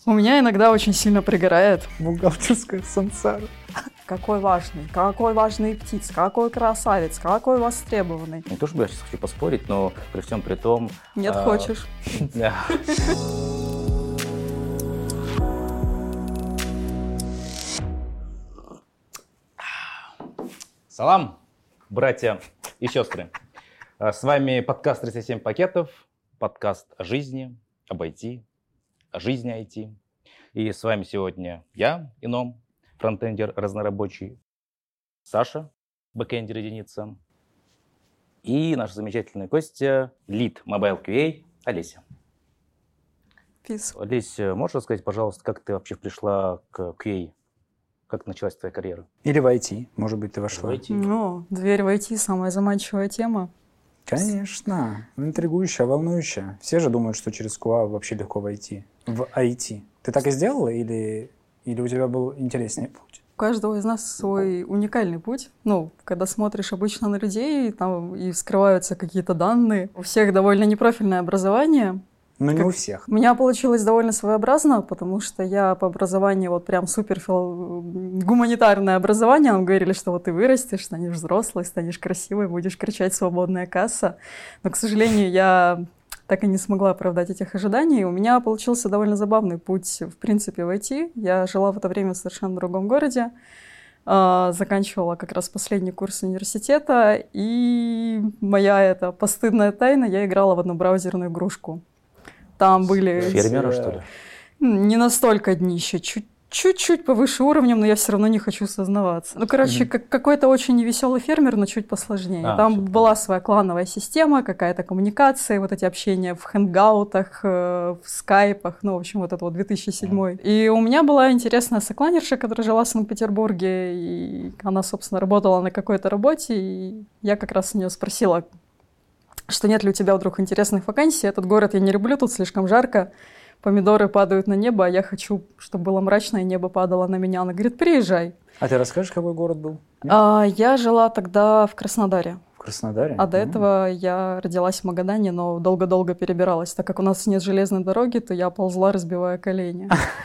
У меня иногда очень сильно пригорает. Бухгалтерская сансара. Какой важный птиц, какой красавец, какой востребованный. Не то, чтобы я сейчас хочу поспорить, но при всем при том... Нет, хочешь. Да. Салам, братья и сестры. С вами подкаст «37 пакетов», подкаст о жизни, об IT, о жизни IT. И с вами сегодня я, Ином, фронтендер разнорабочий, Саша, бэкэндер единица, и наша замечательная гостья, лид Mobile QA, Олеся. Пис. Олеся, можешь рассказать, пожалуйста, как ты вообще пришла к QA? Как началась твоя карьера? Или в IT, может быть, ты вошла. В IT. Ну, дверь в IT – самая заманчивая тема. Конечно, интригующая, волнующая. Все же думают, что через QA вообще легко войти в IT. Ты так и сделала или у тебя был интереснее путь? У каждого из нас свой уникальный путь. Ну, когда смотришь обычно на людей, там и вскрываются какие-то данные. У всех довольно непрофильное образование. Но не у всех. У меня получилось довольно своеобразно, потому что я по образованию вот прям супер гуманитарное образование. Нам говорили, что вот ты вырастешь, станешь взрослой, станешь красивой, будешь кричать «свободная касса». Но, к сожалению, я так и не смогла оправдать этих ожиданий. У меня получился довольно забавный путь, в принципе, в IT. Я жила в это время в совершенно другом городе, заканчивала как раз последний курс университета, и моя эта постыдная тайна, я играла в одну браузерную игрушку. Там были... Фермера, что ли? Не настолько днище, чуть-чуть повыше уровнем, но я все равно не хочу сознаваться. Ну, короче, какой-то очень невеселый фермер, но чуть посложнее. Там была своя клановая система, какая-то коммуникация, вот эти общения в хэнгаутах, в скайпах, ну, в общем, вот это вот 2007. И у меня была интересная сокланерша, которая жила в Санкт-Петербурге, и она, собственно, работала на какой-то работе, и я как раз у нее спросила, что нет ли у тебя вдруг интересных вакансий. Этот город я не люблю, тут слишком жарко, помидоры падают на небо, а я хочу, чтобы было мрачно, и небо падало на меня. Она говорит, приезжай. А ты расскажешь, какой город был? Я жила тогда в Краснодаре. В Краснодаре? А до этого я родилась в Магадане, но долго-долго перебиралась. Так как у нас нет железной дороги, то я ползла, разбивая колени.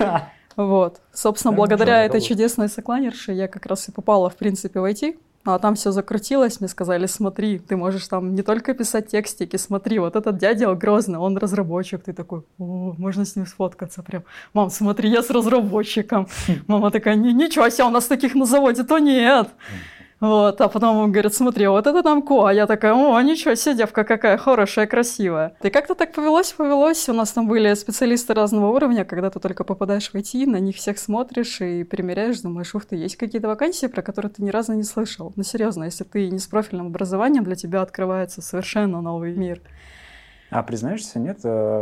Вот. Собственно, благодаря этой чудесной сокланерше я как раз и попала, в принципе, в IT. А там все закрутилось, мне сказали, смотри, ты можешь там не только писать текстики, смотри, вот этот дядя Грозный, он разработчик. Ты такой, о, можно с ним сфоткаться прям. Мам, смотри, я с разработчиком. Мама такая, ничего себе, у нас таких на заводе-то нет. Вот, а потом он говорит, смотри, вот это там Ко. А я такая, о, ничего себе, девка какая хорошая, красивая. И как-то так повелось. У нас там были специалисты разного уровня. Когда ты только попадаешь в IT, на них всех смотришь и примеряешь, думаешь, ух ты, есть какие-то вакансии, про которые ты ни разу не слышал. Ну, серьезно, если ты не с профильным образованием, для тебя открывается совершенно новый мир. А признаешься, нет?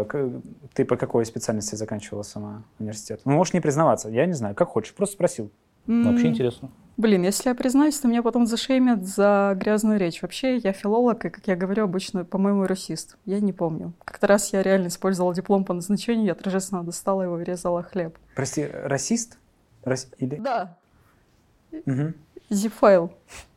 Ты по какой специальности заканчивала сама университет? Ну, можешь не признаваться, я не знаю, как хочешь, просто спросил. Вообще интересно. Блин, если я признаюсь, то меня потом зашеймят за грязную речь. Вообще, я филолог, и, как я говорю, обычно, по-моему, русист. Я не помню. Как-то раз я реально использовала диплом по назначению, я торжественно достала его и резала хлеб. Прости, расист? Или... Да. Угу. Zip-файл.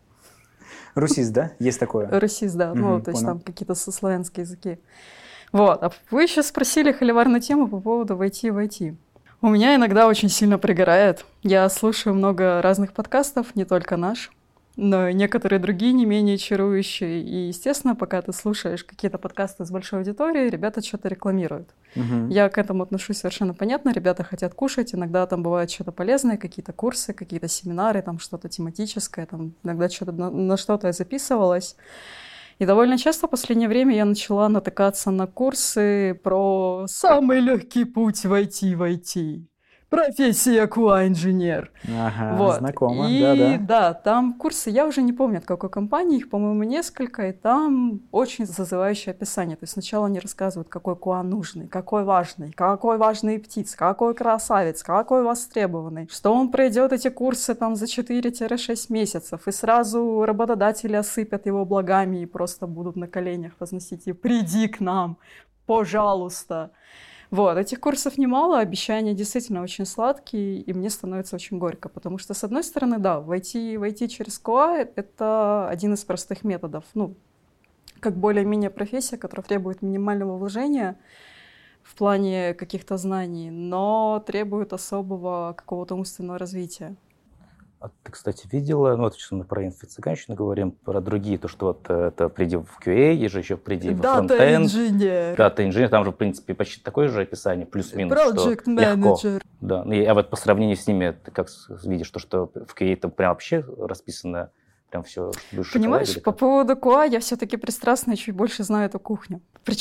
Русист, да? Есть такое? Русист, да. Ну, то есть там какие-то славянские языки. Вот. А вы еще спросили холиварную тему по поводу войти в IT. У меня иногда очень сильно пригорает. Я слушаю много разных подкастов, не только наш, но и некоторые другие не менее чарующие. И, естественно, пока ты слушаешь какие-то подкасты с большой аудиторией, ребята что-то рекламируют. Я к этому отношусь совершенно понятно. Ребята хотят кушать, иногда там бывает что-то полезное, какие-то курсы, какие-то семинары, там что-то тематическое, там иногда что-то на что-то я записывалась. И довольно часто в последнее время я начала натыкаться на курсы про самый легкий путь войти в IT. Профессия QA-инженер. Ага, вот. знакомо, И да, там курсы, я уже не помню, от какой компании, их, по-моему, несколько, и там очень зазывающее описание. То есть сначала они рассказывают, какой QA нужный, какой важный птиц, какой красавец, какой востребованный, что он пройдет эти курсы там за 4-6 месяцев, и сразу работодатели осыпят его благами и просто будут на коленях возносить, и приди к нам, пожалуйста. Вот, этих курсов немало, обещания действительно очень сладкие, и мне становится очень горько, потому что, с одной стороны, да, войти через QA — это один из простых методов, ну, как более-менее профессия, которая требует минимального вложения в плане каких-то знаний, но требует особого какого-то умственного развития. А ты, кстати, видела, ну вот сейчас мы про инфо-цыганщину говорим, про другие, то, что вот это приди в QA, и же еще приди в фронтенд. Дата-инженер, там же, в принципе, почти такое же описание, плюс-минус, что легко. Да. А вот по сравнению с ними, ты как видишь, то, что в QA-то прям вообще расписано, прям все. Понимаешь, по поводу QA я все-таки пристрастна и чуть больше знаю эту кухню.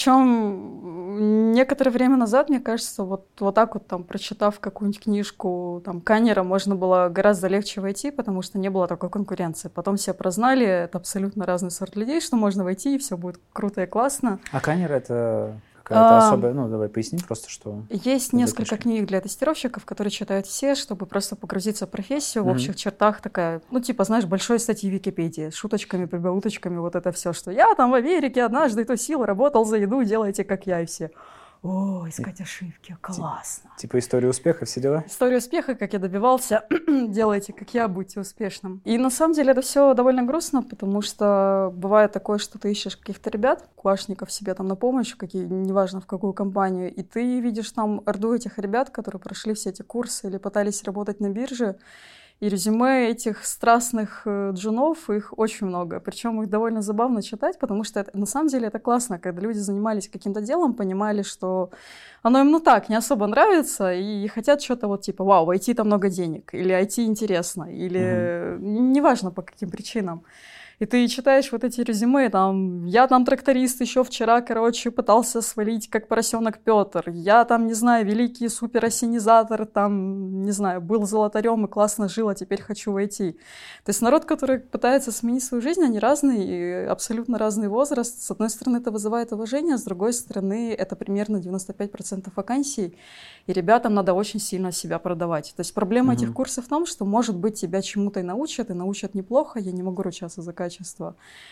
Причем некоторое время назад, мне кажется, вот так вот там, прочитав какую-нибудь книжку там Каннера, можно было гораздо легче войти, потому что не было такой конкуренции. Потом все прознали, это абсолютно разный сорт людей, что можно войти, и все будет круто и классно. А Каннер — это какая-то особая, ну, давай поясни просто, что... Есть несколько книг для тестировщиков, которые читают все, чтобы просто погрузиться в профессию. В общих чертах такая, ну, типа, знаешь, большой статьи в Википедии с шуточками, прибауточками, вот это все, что я там в Америке однажды тусил, работал за еду, делайте как я, и все. О, искать ошибки, классно. Типа история успеха, все дела? История успеха, как я добивался, делайте как я, будьте успешным. И на самом деле это все довольно грустно, потому что бывает такое, что ты ищешь каких-то ребят, квашников себе там на помощь, неважно в какую компанию, и ты видишь там орду этих ребят, которые прошли все эти курсы или пытались работать на бирже. И резюме этих страстных джунов, их очень много. Причем их довольно забавно читать, потому что на самом деле это классно, когда люди занимались каким-то делом, понимали, что оно им так не особо нравится, и хотят что-то вот типа, вау, в IT там много денег, или IT интересно, или неважно по каким причинам. И ты читаешь вот эти резюме, там, я там тракторист еще вчера, пытался свалить, как поросенок Петр. Я там, не знаю, великий суперосенизатор, там, не знаю, был золотарем и классно жил, а теперь хочу войти. То есть народ, который пытается сменить свою жизнь, они разные, и абсолютно разный возраст. С одной стороны, это вызывает уважение, с другой стороны, это примерно 95% вакансий, и ребятам надо очень сильно себя продавать. То есть проблема этих курсов в том, что, может быть, тебя чему-то и научат неплохо, я не могу ручаться за качество,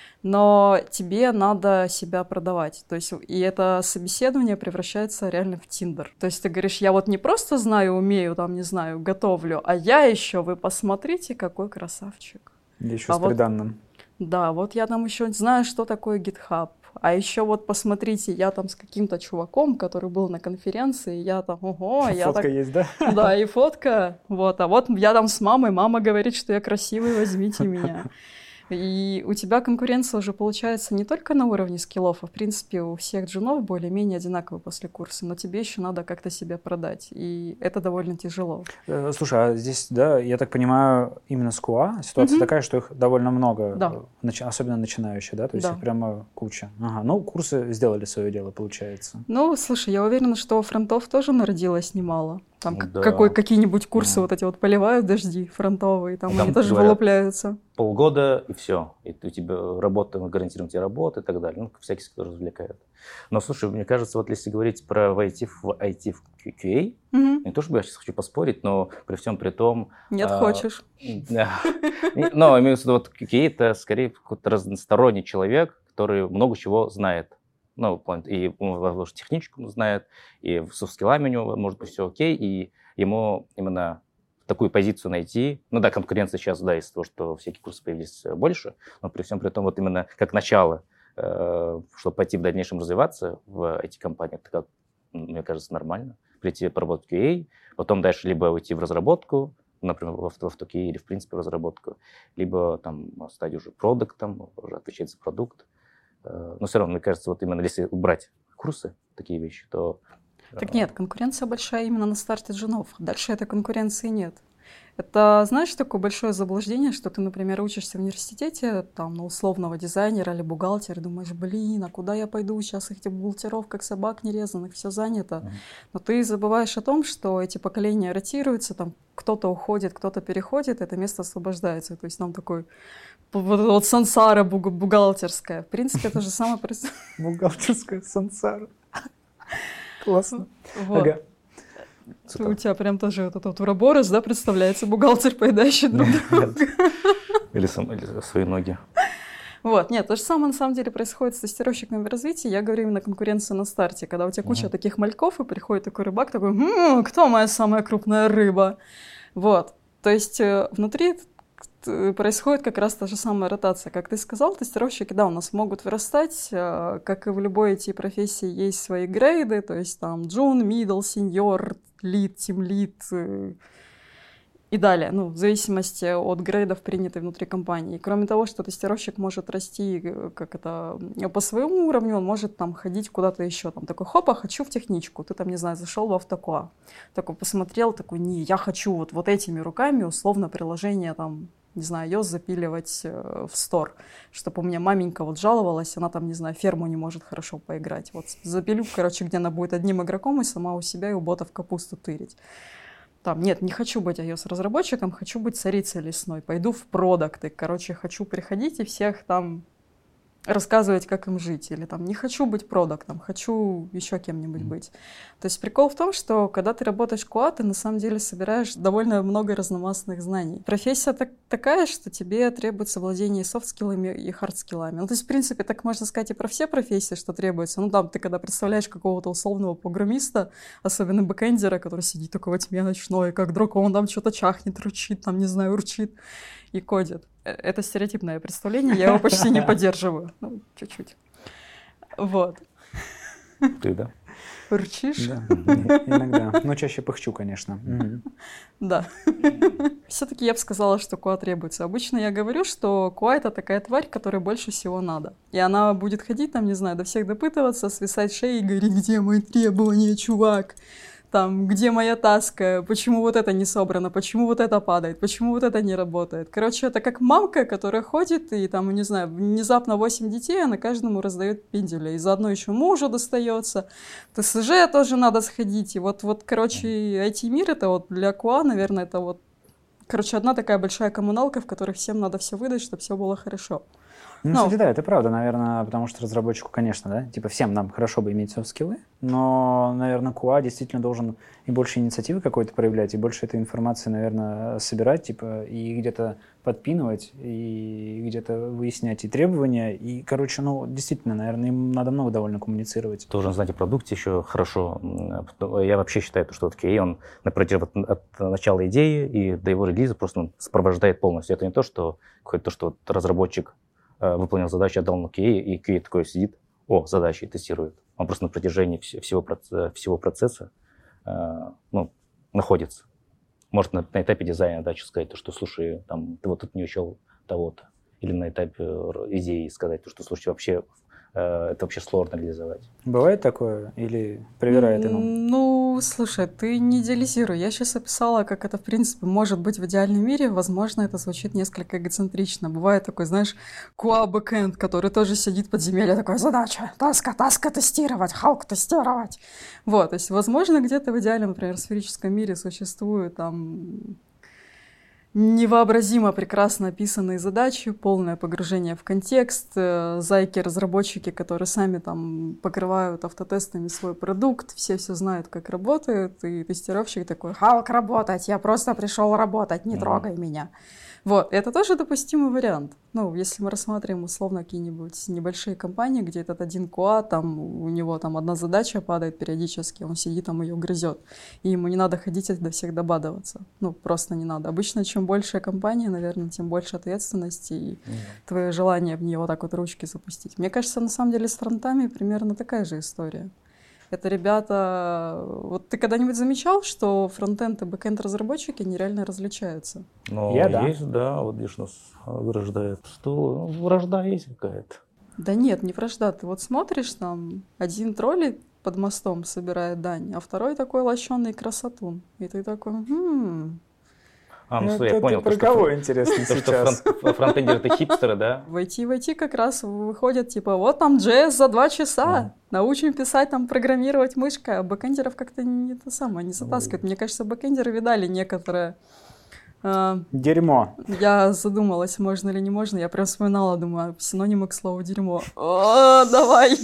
но тебе надо себя продавать. То есть и это собеседование превращается реально в Тиндер. То есть ты говоришь, я вот не просто знаю, умею, там, не знаю, готовлю, а я еще, вы посмотрите, какой красавчик. Еще с приданным. Да, вот я там еще знаю, что такое GitHub. А еще вот посмотрите, я там с каким-то чуваком, который был на конференции, я там, ого, я фотка так... есть, да? Да, и фотка. Вот, а вот я там с мамой, мама говорит, что я красивый, возьмите меня. И у тебя конкуренция уже получается не только на уровне скиллов, а в принципе у всех джунов более-менее одинаково после курса, но тебе еще надо как-то себя продать, и это довольно тяжело. Слушай, а здесь, да, я так понимаю, именно с QA ситуация такая, что их довольно много, да. Особенно начинающие, да, то есть да. их прямо куча. Ага, ну, курсы сделали свое дело, получается. Ну, слушай, я уверена, что фронтов тоже народилось немало. Там какие-нибудь курсы вот эти вот поливают дожди фронтовые, там они тоже вылупляются. Полгода и все. И у тебя работа, мы гарантируем тебе работу и так далее. Ну, всякий тоже развлекает. Но, слушай, мне кажется, вот если говорить про войти в IT в QA, не то чтобы я сейчас хочу поспорить, но при всем при том... Нет, хочешь. Но имею в виду, вот QA это скорее какой-то разносторонний человек, который много чего знает. Ну, и техничку знает, и со скиллами у него может быть все окей, и ему именно такую позицию найти. Ну да, конкуренция сейчас, да, из-за того, что всякие курсы появились больше, но при всем при том, вот именно как начало, чтобы пойти в дальнейшем развиваться в эти компании, это как, мне кажется, нормально. Прийти поработать QA, потом дальше либо уйти в разработку, например, в QA или, в принципе, в разработку, либо там стать уже продуктом, уже отвечать за продукт. Но все равно, мне кажется, вот именно если убрать курсы, такие вещи, то... Так нет, конкуренция большая именно на старте джунов. Дальше этой конкуренции нет. Это, знаешь, такое большое заблуждение, что ты, например, учишься в университете, там, на условного дизайнера или бухгалтера, думаешь, блин, а куда я пойду? Сейчас этих бухгалтеров, как собак нерезанных, все занято. Но ты забываешь о том, что эти поколения ротируются, там, кто-то уходит, кто-то переходит, это место освобождается. То есть нам такой... Вот сансара бухгалтерская. В принципе, это же самое... Бухгалтерская сансара. Классно. Вот. У тебя прям тоже этот уроборос, да, представляется, бухгалтер, поедающий друг друга. Или свои ноги. Вот, нет, то же самое на самом деле происходит с тестировщиками в развитии. Я говорю именно конкуренция на старте, когда у тебя куча таких мальков, и приходит такой рыбак, такой, кто моя самая крупная рыба? Вот, то есть внутри происходит как раз та же самая ротация. Как ты сказал, тестировщики, да, у нас могут вырастать, как и в любой IT-профессии есть свои грейды, то есть там джун, middle, senior, lead, team lead и далее, ну, в зависимости от грейдов, принятых внутри компании. Кроме того, что тестировщик может расти по своему уровню, он может там ходить куда-то еще, там такой, хопа, хочу в техничку, ты там, не знаю, зашел в Автокуа, такой посмотрел, такой, не, я хочу вот этими руками условно приложение там, не знаю, iOS запиливать в стор, чтобы у меня маменька вот жаловалась, она там, не знаю, ферму не может хорошо поиграть. Вот запилю, короче, где она будет одним игроком и сама у себя и у ботов капусту тырить. Там, нет, не хочу быть iOS-разработчиком, хочу быть царицей лесной, пойду в продакты, короче, хочу приходить и всех там рассказывать, как им жить, или там не хочу быть продактом, хочу еще кем-нибудь быть. То есть прикол в том, что когда ты работаешь QA, ты на самом деле собираешь довольно много разномастных знаний. Профессия такая, что тебе требуется владение софт-скиллами и хард-скиллами. Ну, то есть, в принципе, так можно сказать и про все профессии, что требуется. Ну, там, ты когда представляешь какого-то условного программиста, особенно бэкэндера, который сидит такой во тьме ночной, как дракон, там что-то чахнет, рычит, там, не знаю, урчит и кодит. Это стереотипное представление, я его почти не поддерживаю. Ну, чуть-чуть. Вот. Ты, да? Рычишь? Да, иногда. Но чаще пыхчу, конечно. Да. Все-таки я бы сказала, что QA требуется. Обычно я говорю, что QA — это такая тварь, которой больше всего надо. И она будет ходить там, не знаю, до всех допытываться, свисать шеей и говорить, где мои требования, чувак? Там, где моя таска, почему вот это не собрано, почему вот это падает, почему вот это не работает. Короче, это как мамка, которая ходит и там, не знаю, внезапно 8 детей, она каждому раздает пиндюля. И заодно еще мужу достается. ТСЖ тоже надо сходить. И вот, короче, IT-мир это вот для QA, наверное, это вот, короче, одна такая большая коммуналка, в которой всем надо все выдать, чтобы все было хорошо. Ну, кстати, да, это правда, наверное, потому что разработчику, конечно, да, типа всем нам хорошо бы иметь софт-скиллы, но, наверное, QA действительно должен и больше инициативы какой-то проявлять, и больше этой информации, наверное, собирать, типа, и где-то подпинывать, и где-то выяснять и требования, и, короче, ну, действительно, наверное, им надо много довольно коммуницировать. Должен знать о продукте еще хорошо. Я вообще считаю, что вот QA, он от начала идеи и до его релиза просто сопровождает полностью. Это не то, что какое-то то, что вот разработчик выполнил задачу, отдал на QA, и QA такой сидит, задачи тестирует. Он просто на протяжении всего процесса находится. Может на этапе дизайна дачу сказать, что, слушай, там, ты вот тут не учел того-то. Или на этапе идеи сказать, что, слушай, вообще это вообще сложно реализовать. Бывает такое? Или привирает ему? Ну, слушай, ты не идеализируй. Я сейчас описала, как это, в принципе, может быть в идеальном мире. Возможно, это звучит несколько эгоцентрично. Бывает такой, знаешь, QA-бэкэнд, который тоже сидит в подземелье, такой, задача, таска тестировать, халк тестировать. Вот, то есть, возможно, где-то в идеальном, например, сферическом мире существует там невообразимо прекрасно описанные задачи, полное погружение в контекст, зайки-разработчики, которые сами там покрывают автотестами свой продукт, все знают, как работают, и тестировщик такой, халк работать, я просто пришел работать, не трогай меня. Вот, это тоже допустимый вариант. Ну, если мы рассматриваем условно какие-нибудь небольшие компании, где этот один QA, там у него там одна задача падает периодически, он сидит там ее грызет, и ему не надо ходить до всех добадываться. Ну, просто не надо. Обычно, чем большая компания, наверное, тем больше ответственности и твое желание в нее вот так вот ручки запустить. Мне кажется, на самом деле с фронтами примерно такая же история. Это ребята... Вот ты когда-нибудь замечал, что фронтенд и бэкенд разработчики нереально различаются? Ну, есть, да. Вот видишь, нас вырождает. Что вражда есть какая-то? Да нет, не вражда. Ты вот смотришь, там один троллит под мостом, собирает дань, а второй такой лощеный красотун. И ты такой, я понял. Про кого, интересно, сейчас? Что фронтендеры — это хипстеры, да? В IT как раз выходят, типа, вот там JS за 2 часа, научим писать, там, программировать мышкой, а бэкэндеров как-то не то самое, не затаскивают. Мне кажется, бэкэндеры видали некоторое... Дерьмо. Я задумалась, можно или не можно, я прям вспоминала, думаю, синонимы к слову дерьмо. О, давай!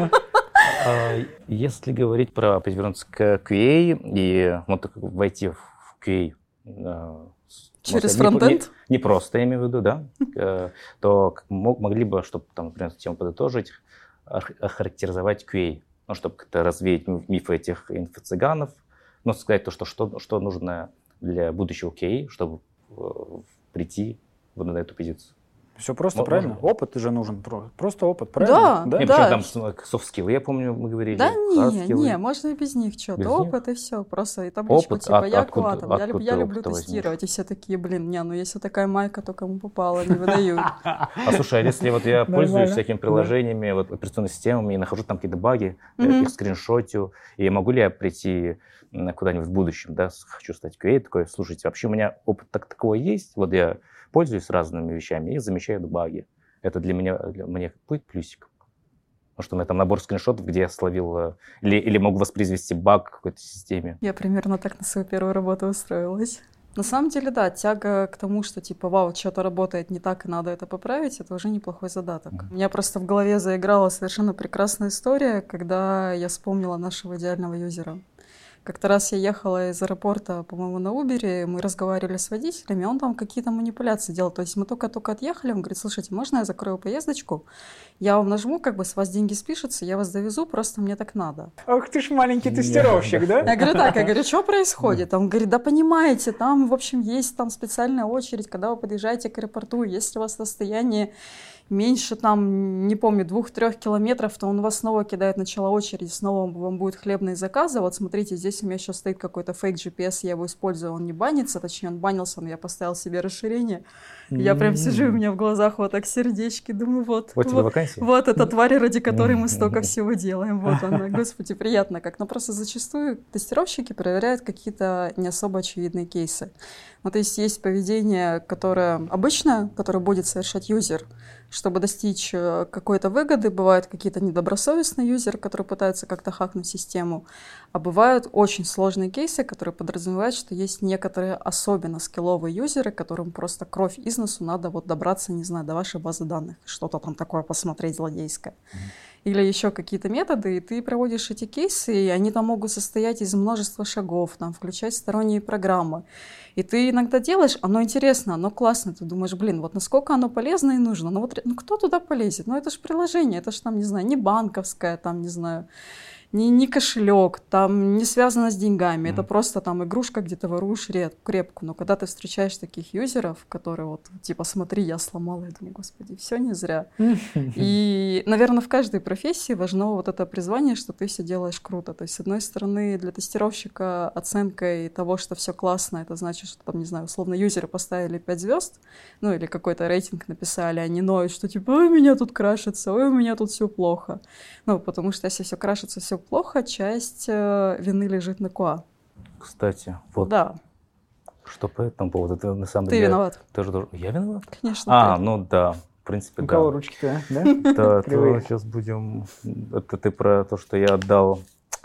Если говорить про повернуться к QA и вот войти в QA, через фронтенд? Не просто, я имею в виду, да, то могли бы, чтобы, там, например, эту тему подытожить, охарактеризовать QA, чтобы как-то развеять мифы этих инфо-цыганов, но сказать то, что нужно для будущего QA, чтобы прийти вот на эту позицию? Все просто, правильно? Опыт же нужен. Просто опыт, правильно? Да. Причем там софт-скиллы, я помню, мы говорили. Да не, можно и без них что-то. Опыт и все. Просто и табличку, типа, я Куа, я люблю тестировать. И все такие, если такая майка, то кому попало, не выдают. А слушай, а если вот я пользуюсь всякими приложениями, вот операционными системами, и нахожу там какие-то баги, я их скриншотю, и могу ли я прийти куда-нибудь в будущем, да, хочу стать QA, такой, слушайте, вообще у меня опыт такого есть, вот я пользуюсь разными вещами и замечаю баги. Это для меня будет плюсик. Потому что у меня там набор скриншотов, где я словил или могу воспроизвести баг в какой-то системе. Я примерно так на свою первую работу устроилась. На самом деле, да, тяга к тому, что типа, вау, что-то работает не так, и надо это поправить, это уже неплохой задаток. У меня просто в голове заиграла совершенно прекрасная история, когда я вспомнила нашего идеального юзера. Как-то раз я ехала из аэропорта, по-моему, на Uber, мы разговаривали с водителями, он там какие-то манипуляции делал. То есть мы только-только отъехали, он говорит, слушайте, можно я закрою поездочку? Я вам нажму, с вас деньги спишутся, я вас довезу, просто мне так надо. Ах ты ж маленький тестировщик, да? Я говорю, что происходит? Он говорит, да понимаете, там, в общем, есть там специальная очередь, когда вы подъезжаете к аэропорту, если у вас расстояние меньше, там, не помню, 2-3 километров, то он вас снова кидает начало очереди, снова вам будут хлебные заказы. Вот смотрите, здесь у меня сейчас стоит какой-то фейк GPS, я его использую, он не банится, точнее, он банился, но я поставил себе расширение. Я прям сижу, у меня в глазах вот так сердечки, думаю, вот эта тварь, ради которой мы столько всего делаем, вот она, господи, приятно как. Но просто зачастую тестировщики проверяют какие-то не особо очевидные кейсы. То есть поведение, которое обычное, которое будет совершать юзер, чтобы достичь какой-то выгоды. Бывают какие-то недобросовестные юзеры, которые пытаются как-то хакнуть систему, а бывают очень сложные кейсы, которые подразумевают, что есть некоторые особенно скилловые юзеры, которым просто кровь из носу надо добраться, не знаю, до вашей базы данных, что-то там такое посмотреть злодейское. Или еще какие-то методы, и ты проводишь эти кейсы, и они там могут состоять из множества шагов, там, включать сторонние программы. И ты иногда делаешь, оно интересно, оно классно, ты думаешь, вот насколько оно полезно и нужно. Кто туда полезет? Это же приложение, это же там, не знаю, не банковское, там, не знаю, не кошелек, там не связано с деньгами, это просто там игрушка, где ты воруешь крепку. Но когда ты встречаешь таких юзеров, которые смотри, я сломала, я думаю, господи, все не зря. И, наверное, в каждой профессии важно это призвание, что ты все делаешь круто. То есть, с одной стороны, для тестировщика оценкой того, что все классно, это значит, что там, не знаю, условно, юзеры поставили 5 звезд, или какой-то рейтинг написали, они ноют, что типа, ой, у меня тут крашится, ой, у меня тут все плохо. Потому что если все крашится, все плохо, часть вины лежит на QA. Кстати, Да. Что по этому поводу? Это на самом деле... Ты виноват. Я виноват? Конечно. Да. В принципе, У кого ручки-то, да? Да, то сейчас будем... Это ты про то, что я отдал,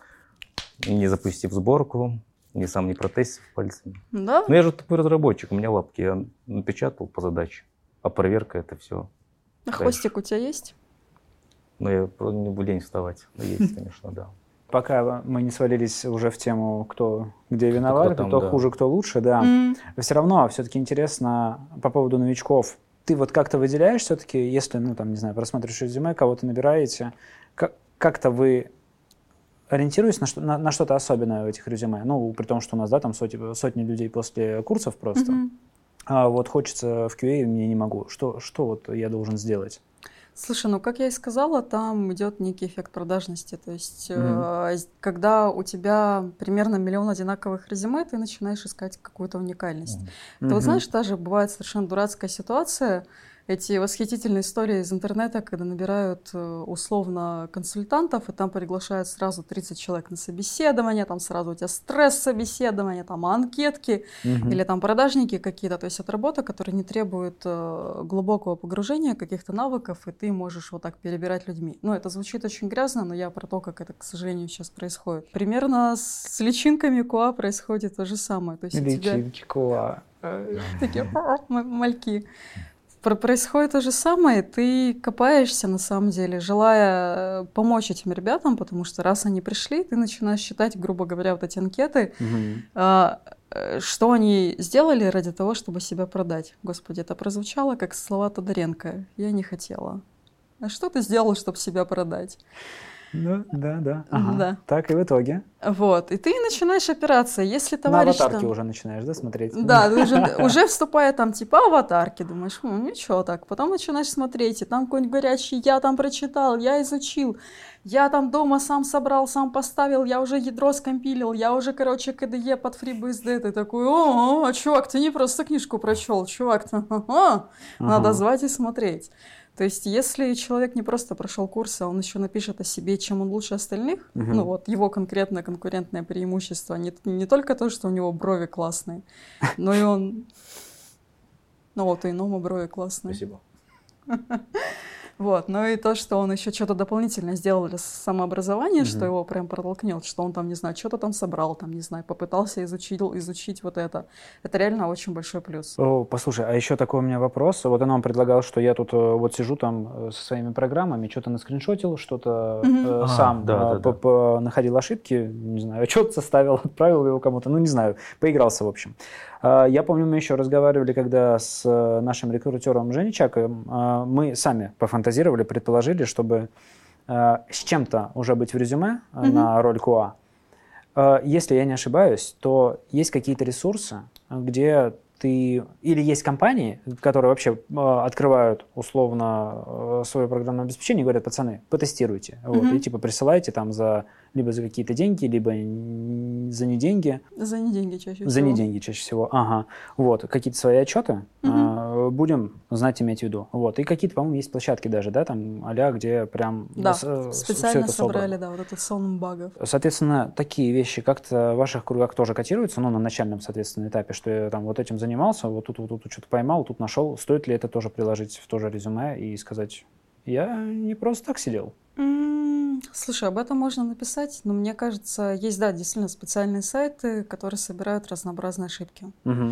не запустив сборку, сам не протестив пальцами. Да. Но я же тупой разработчик, у меня лапки, я напечатал по задаче, а проверка это все. А хвостик у тебя есть? Я не буду лень вставать. Есть, конечно, да. Пока мы не свалились уже в тему, кто где виноват, кто хуже, кто лучше, да. Все равно все-таки интересно по поводу новичков. Ты как-то выделяешь все-таки, если, не знаю, просматриваешь резюме, кого-то набираете, как-то вы ориентируетесь на что-то особенное в этих резюме? При том, что у нас, там сотни людей после курсов просто. А хочется в QA, мне не могу. Что я должен сделать? Слушай, как я и сказала, там идет некий эффект продажности. То есть, когда у тебя примерно 1 миллион одинаковых резюме, ты начинаешь искать какую-то уникальность. Ты знаешь, даже бывает совершенно дурацкая ситуация. Эти восхитительные истории из интернета, когда набирают условно консультантов, и там приглашают сразу 30 человек на собеседование, там сразу у тебя стресс-собеседование, там анкетки, или там продажники какие-то. То есть это работа, которая не требует глубокого погружения каких-то навыков, и ты можешь так перебирать людьми. Это звучит очень грязно, но я про то, как это, к сожалению, сейчас происходит. Примерно с личинками QA происходит то же самое. То есть личинки QA. Такие мальки. Происходит то же самое, ты копаешься на самом деле, желая помочь этим ребятам, потому что раз они пришли, ты начинаешь считать, грубо говоря, эти анкеты, что они сделали ради того, чтобы себя продать. Господи, это прозвучало как слова Тодоренко. Я не хотела. А что ты сделал, чтобы себя продать? Да. Да. Так и в итоге. Вот, и ты начинаешь опираться, если На товарищ аватарке там... уже начинаешь, да, смотреть? Да, ты уже вступая там типа аватарки, думаешь, ничего так. Потом начинаешь смотреть, и там какой-нибудь горячий, я там прочитал, я изучил, я там дома сам собрал, сам поставил, я уже ядро скомпилил, я уже, короче, KDE под FreeBSD. Ты такой, чувак, ты не просто книжку прочел, чувак, надо звать и смотреть. То есть, если человек не просто прошел курсы, а он еще напишет о себе, чем он лучше остальных, ну вот его конкретное конкурентное преимущество, не только то, что у него брови классные, но и он... Ну вот, у иному брови классные. Спасибо. Вот, ну и то, что он еще что-то дополнительно сделал для самообразования, что его прям протолкнет, что он там, не знаю, что-то там собрал, там, не знаю, попытался изучить вот это. Это реально очень большой плюс. Послушай, а еще такой у меня вопрос. Вот он вам предлагал, что я тут вот сижу там со своими программами, что-то наскриншотил, что-то сам находил ошибки, не знаю, отчет составил, отправил его кому-то, ну не знаю, поигрался в общем. Я помню, мы еще разговаривали, когда с нашим рекрутером Женей Чаковым, мы сами пофантазировали, предположили, чтобы с чем-то уже быть в резюме на роль QA. Если я не ошибаюсь, то есть какие-то ресурсы, где ты... Или есть компании, которые вообще открывают условно свое программное обеспечение и говорят, пацаны, потестируйте. Вот, и типа присылайте там либо за какие-то деньги, либо за не деньги. За не деньги чаще всего. За не деньги чаще всего, ага. Вот, какие-то свои отчеты будем знать, иметь в виду. Вот, и какие-то, по-моему, есть площадки даже, да, там а-ля, где прям да, все специально это собрали, собрано. да, вот этот сон багов. Соответственно, такие вещи как-то в ваших кругах тоже котируются, ну, на начальном, соответственно, этапе, что я там вот этим занимался, вот тут что-то поймал, тут нашел. Стоит ли это тоже приложить в то же резюме и сказать, я не просто так сидел? Слушай, об этом можно написать, но мне кажется, есть, да, действительно специальные сайты, которые собирают разнообразные ошибки.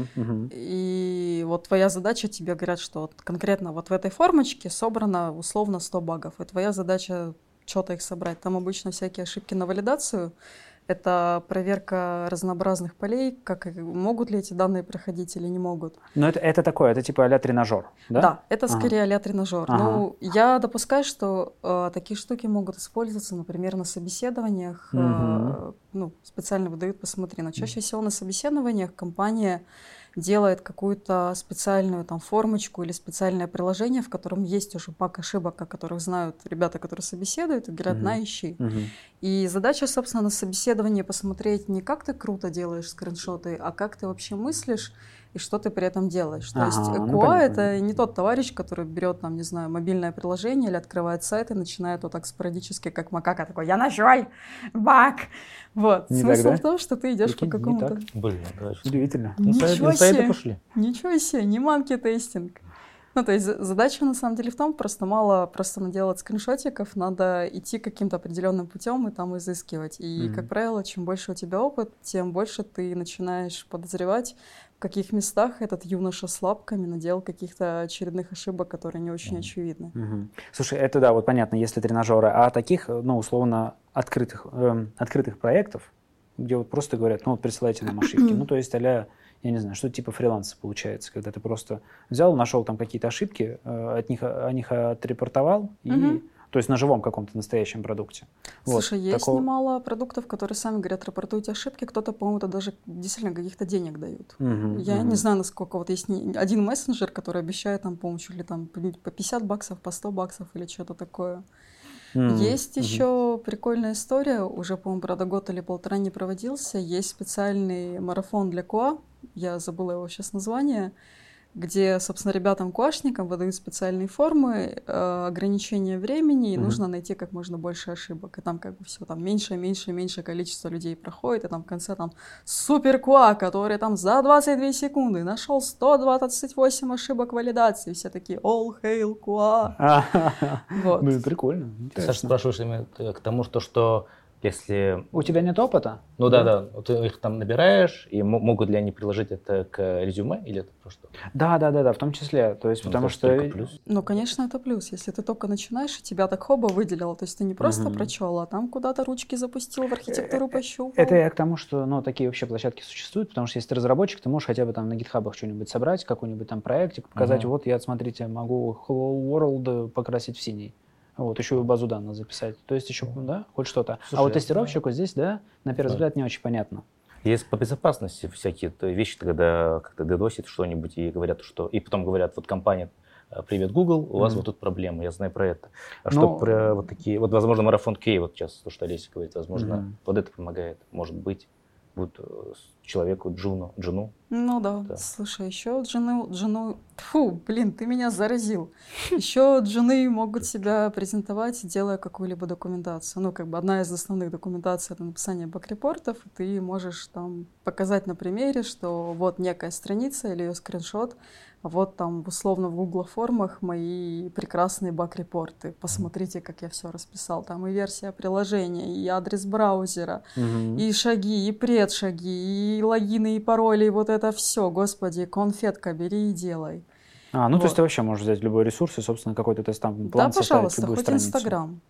И вот твоя задача, тебе говорят, что вот конкретно вот в этой формочке собрано условно 100 багов, и твоя задача что-то их собрать. Там обычно всякие ошибки на валидацию. Это проверка разнообразных полей, как могут ли эти данные проходить или не могут. Но это такое, это типа а-ля тренажер, да? Да, это скорее а-ля тренажер. Ну, я допускаю, что такие штуки могут использоваться, например, на собеседованиях. Ну, специально выдают, посмотри. Но чаще всего на собеседованиях компания делает какую-то специальную там формочку или специальное приложение, в котором есть уже пак ошибок, о которых знают ребята, которые собеседуют, и говорят, на, ищи. И задача, собственно, на собеседовании посмотреть не как ты круто делаешь скриншоты, а как ты вообще мыслишь и что ты при этом делаешь. То есть QA это не тот товарищ, который берет, там, не знаю, мобильное приложение или открывает сайт и начинает вот так спорадически, как макака, такой, я нашел баг. Вот. Не Смысл так, да? в том, что ты идешь по какому-то... Блин, удивительно. Ничего инсайды себе. пошли. Ничего себе, не манки-тестинг. Ну, то есть задача на самом деле в том, просто мало просто наделать скриншотиков, надо идти каким-то определенным путем и там изыскивать. И, как правило, чем больше у тебя опыт, тем больше ты начинаешь подозревать, в каких местах этот юноша с лапками наделал каких-то очередных ошибок, которые не очень очевидны. Слушай, это да, вот понятно, если тренажеры, а таких, ну, условно, открытых проектов, где вот просто говорят, ну, вот присылайте нам ошибки, ну, то есть а-ля, я не знаю, что-то типа фриланса получается, когда ты просто взял, нашел там какие-то ошибки, о них отрепортовал, и, то есть на живом каком-то настоящем продукте. Слушай, вот, есть такого... немало продуктов, которые сами говорят, рапортуйте ошибки, кто-то, по-моему, это даже действительно каких-то денег дают. Я не знаю, насколько, вот есть один мессенджер, который обещает там, по-моему, чуть ли там по 50 баксов, по 100 баксов или что-то такое. Есть еще прикольная история, уже, по-моему, правда, год или полтора не проводился, есть специальный марафон для QA, я забыла его сейчас название, где, собственно, ребятам-QA-шникам выдают специальные формы, ограничения времени, и нужно найти как можно больше ошибок. И там как бы все, там меньше количество людей проходит, и там в конце там супер QA, который там за 22 секунды нашел 128 ошибок валидации. Все такие all hail QA. Вот. Блин, прикольно. Ты, Саша, спрашиваешь именно к тому, что если... У тебя нет опыта? Ну да, ты их там набираешь, и могут ли они приложить это к резюме, или это просто... Да, в том числе, то есть, потому что... Плюс. Ну, конечно, это плюс, если ты только начинаешь, и тебя так хоба выделило, то есть ты не просто прочел, а там куда-то ручки запустил, в архитектуру пощупал. Это я к тому, что, ну, такие вообще площадки существуют, потому что если ты разработчик, ты можешь хотя бы там на гитхабах что-нибудь собрать, какой-нибудь там проектик, показать, вот я, смотрите, могу Hello World покрасить в синий. Вот, еще и базу данных записать. То есть еще, да, хоть что-то. Слушай, а вот тестировщику здесь, да, на первый взгляд не очень понятно. Есть по безопасности всякие вещи, когда как-то дедосит что-нибудь и говорят, что... И потом говорят, вот компания: привет, Google, у вас вот тут проблемы, я знаю про это. А что про вот такие... Вот, возможно, марафон Кей, вот сейчас то, что Олеся говорит, возможно, вот это помогает, может быть. Вот человеку, джуну. Ну да. Слушай, еще джуну... Фу, блин, ты меня заразил. Еще джуны могут себя презентовать, делая какую-либо документацию. Ну, как бы одна из основных документаций — это написание баг-репортов. Ты можешь там показать на примере, что вот некая страница или ее скриншот, а вот там условно в Google формах мои прекрасные баг-репорты. Посмотрите, как я все расписал. Там и версия приложения, и адрес браузера, и шаги, и предшаги, и логины, и пароли, и вот это все. Господи, конфетка, бери и делай. Ну вот. То есть ты вообще можешь взять любой ресурс и, собственно, какой-то тест там план составить, пожалуйста, любую хоть страницу. Инстаграм.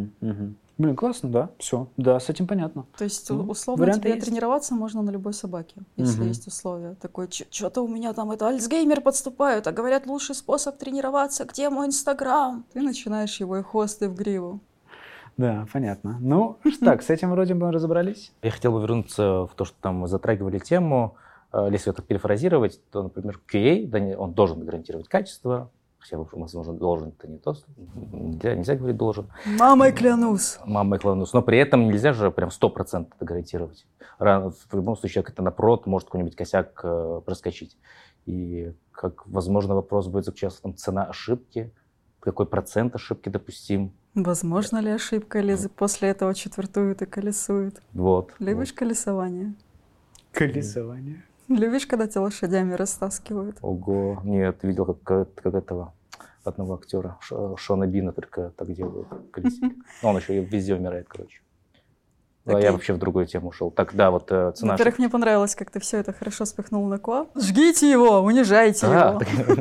Блин, классно, да, все. Да, с этим понятно. То есть, условно, тебе есть. Тренироваться можно на любой собаке, если есть условия. Такой, что-то у меня там это Альцгеймер подступают, а говорят, лучший способ тренироваться, где мой Инстаграм? Ты начинаешь его и хвосты в гриву. Да, понятно. Ну, так, с этим вроде бы разобрались. Я хотел бы вернуться в то, что там мы затрагивали тему. Если это перефразировать, то, например, QA, он должен гарантировать качество, хотя, возможно, должен, это не то, нельзя говорить должен. Мамой клянусь. Мамой клянусь. Но при этом нельзя же прям 100% это гарантировать. В любом случае, как это напрот, может какой-нибудь косяк проскочить. И, как, возможно, вопрос будет заключаться в том, цена ошибки, какой процент ошибки допустим. Возможно ли ошибка, или после этого четвертуют и колесуют? Вот. Любишь колесование? Колесование. Любишь, когда тебя лошадями растаскивают? Ого, нет, видел, как этого одного актера, Шона Бина, только так делают колесики. Он еще и везде умирает, короче. Okay. Я вообще в другую тему ушел. Так, да, вот цена... Во-первых, мне понравилось, как ты все это хорошо спихнул на Коа. Жгите его, унижайте его.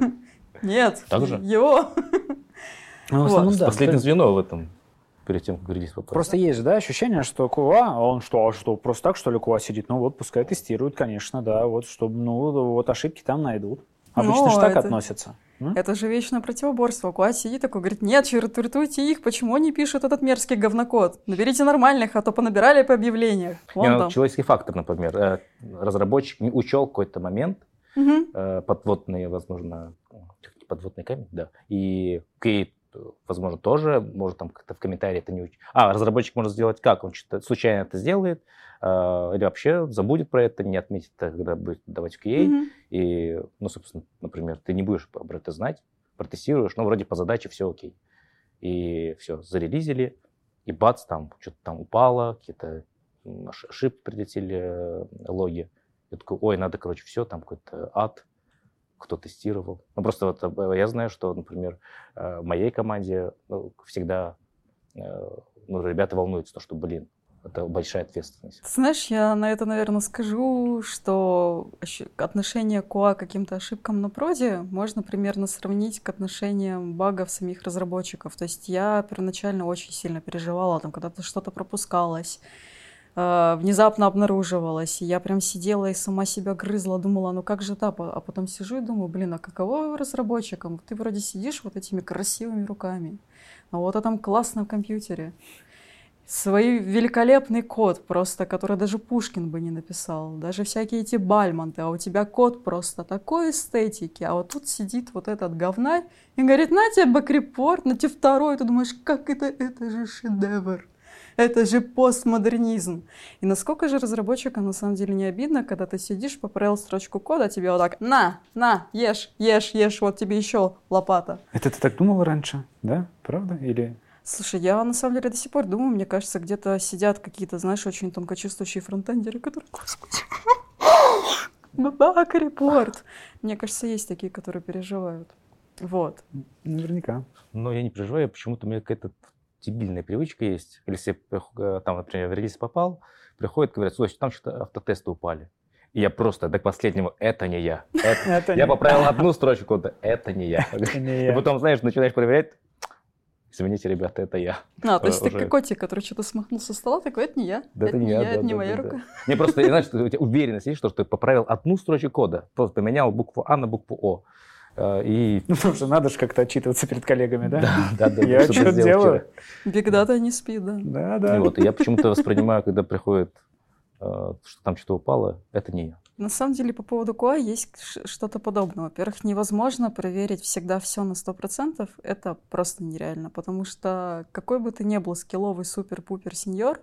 Нет, его. Последнее звено в этом. Перед тем, как говорить вопрос. Просто есть же, да, ощущение, что QA, он что, просто так, что ли, QA сидит? Ну вот, пускай тестирует, конечно, да, вот, чтобы, вот ошибки там найдут. Обычно же так относятся. Это же вечное противоборство. QA сидит такой, говорит, нет, четвертуйте их, почему они пишут этот мерзкий говнокод? Наберите нормальных, а то понабирали по объявлениям. Человеческий фактор, например. Разработчик не учел какой-то момент, подводный, возможно, подводный камень, да, и возможно, тоже, может, там как-то в комментарии это не учить. Разработчик может сделать как? Он случайно это сделает, или вообще забудет про это, не отметит это, когда будет давать QA. И, собственно, например, ты не будешь про это знать, протестируешь, но вроде по задаче все окей. И все, зарелизили, и бац, там что-то там упало, какие-то ошибки прилетели, логи. Я такой, ой, надо, короче, все, там какой-то ад. Кто тестировал. Просто вот я знаю, что, например, в моей команде всегда ребята волнуются, что, это большая ответственность. Знаешь, я на это, наверное, скажу, что отношение к QA к каким-то ошибкам на проде можно примерно сравнить к отношениям багов самих разработчиков. То есть я первоначально очень сильно переживала, там когда-то что-то пропускалось, внезапно обнаруживалось, и я прям сидела и сама себя грызла, думала, ну как же так, а потом сижу и думаю, а каково разработчикам? Ты вроде сидишь вот этими красивыми руками, а вот там классно в компьютере. Свой великолепный код просто, который даже Пушкин бы не написал, даже всякие эти бальмонты, а у тебя код просто такой эстетики, а вот тут сидит вот этот говнарь и говорит, на тебе бэк-репорт, на тебе второй, ты думаешь, как это же шедевр. Это же постмодернизм. И насколько же разработчикам на самом деле не обидно, когда ты сидишь, поправил строчку кода, а тебе вот так, на, ешь, вот тебе еще лопата. Это ты так думала раньше, да? Правда? Или... Слушай, я на самом деле до сих пор думаю, мне кажется, где-то сидят какие-то, знаешь, очень тонкочувствующие фронтендеры, которые... Господи, баг-репорт. Мне кажется, есть такие, которые переживают. Вот. Наверняка. Но я не переживаю, почему-то у меня какая-то дебильная привычка есть. Если там, например, в релиз попал, приходят, говорят, слушай, там что-то автотесты упали. И я просто до последнего, это не я. Я поправил одну строчку кода, это не я. И потом, знаешь, начинаешь проверять, извините, ребята, это я. То есть ты как котик, который что-то смахнул со стола, такой, это не я, это не я, это не моя рука. Мне просто, знаешь, у тебя уверенность есть, что ты поправил одну строчку кода, просто поменял букву А на букву О. И... Ну, потому что надо же как-то отчитываться перед коллегами, да? Да. Я что делаю? Big Data не спит, да. Да. И вот я почему-то воспринимаю, когда приходит, что там что-то упало, это не я. На самом деле, по поводу QA есть что-то подобное. Во-первых, невозможно проверить всегда все на 100%. Это просто нереально, потому что какой бы ты ни был скилловый супер-пупер сеньор,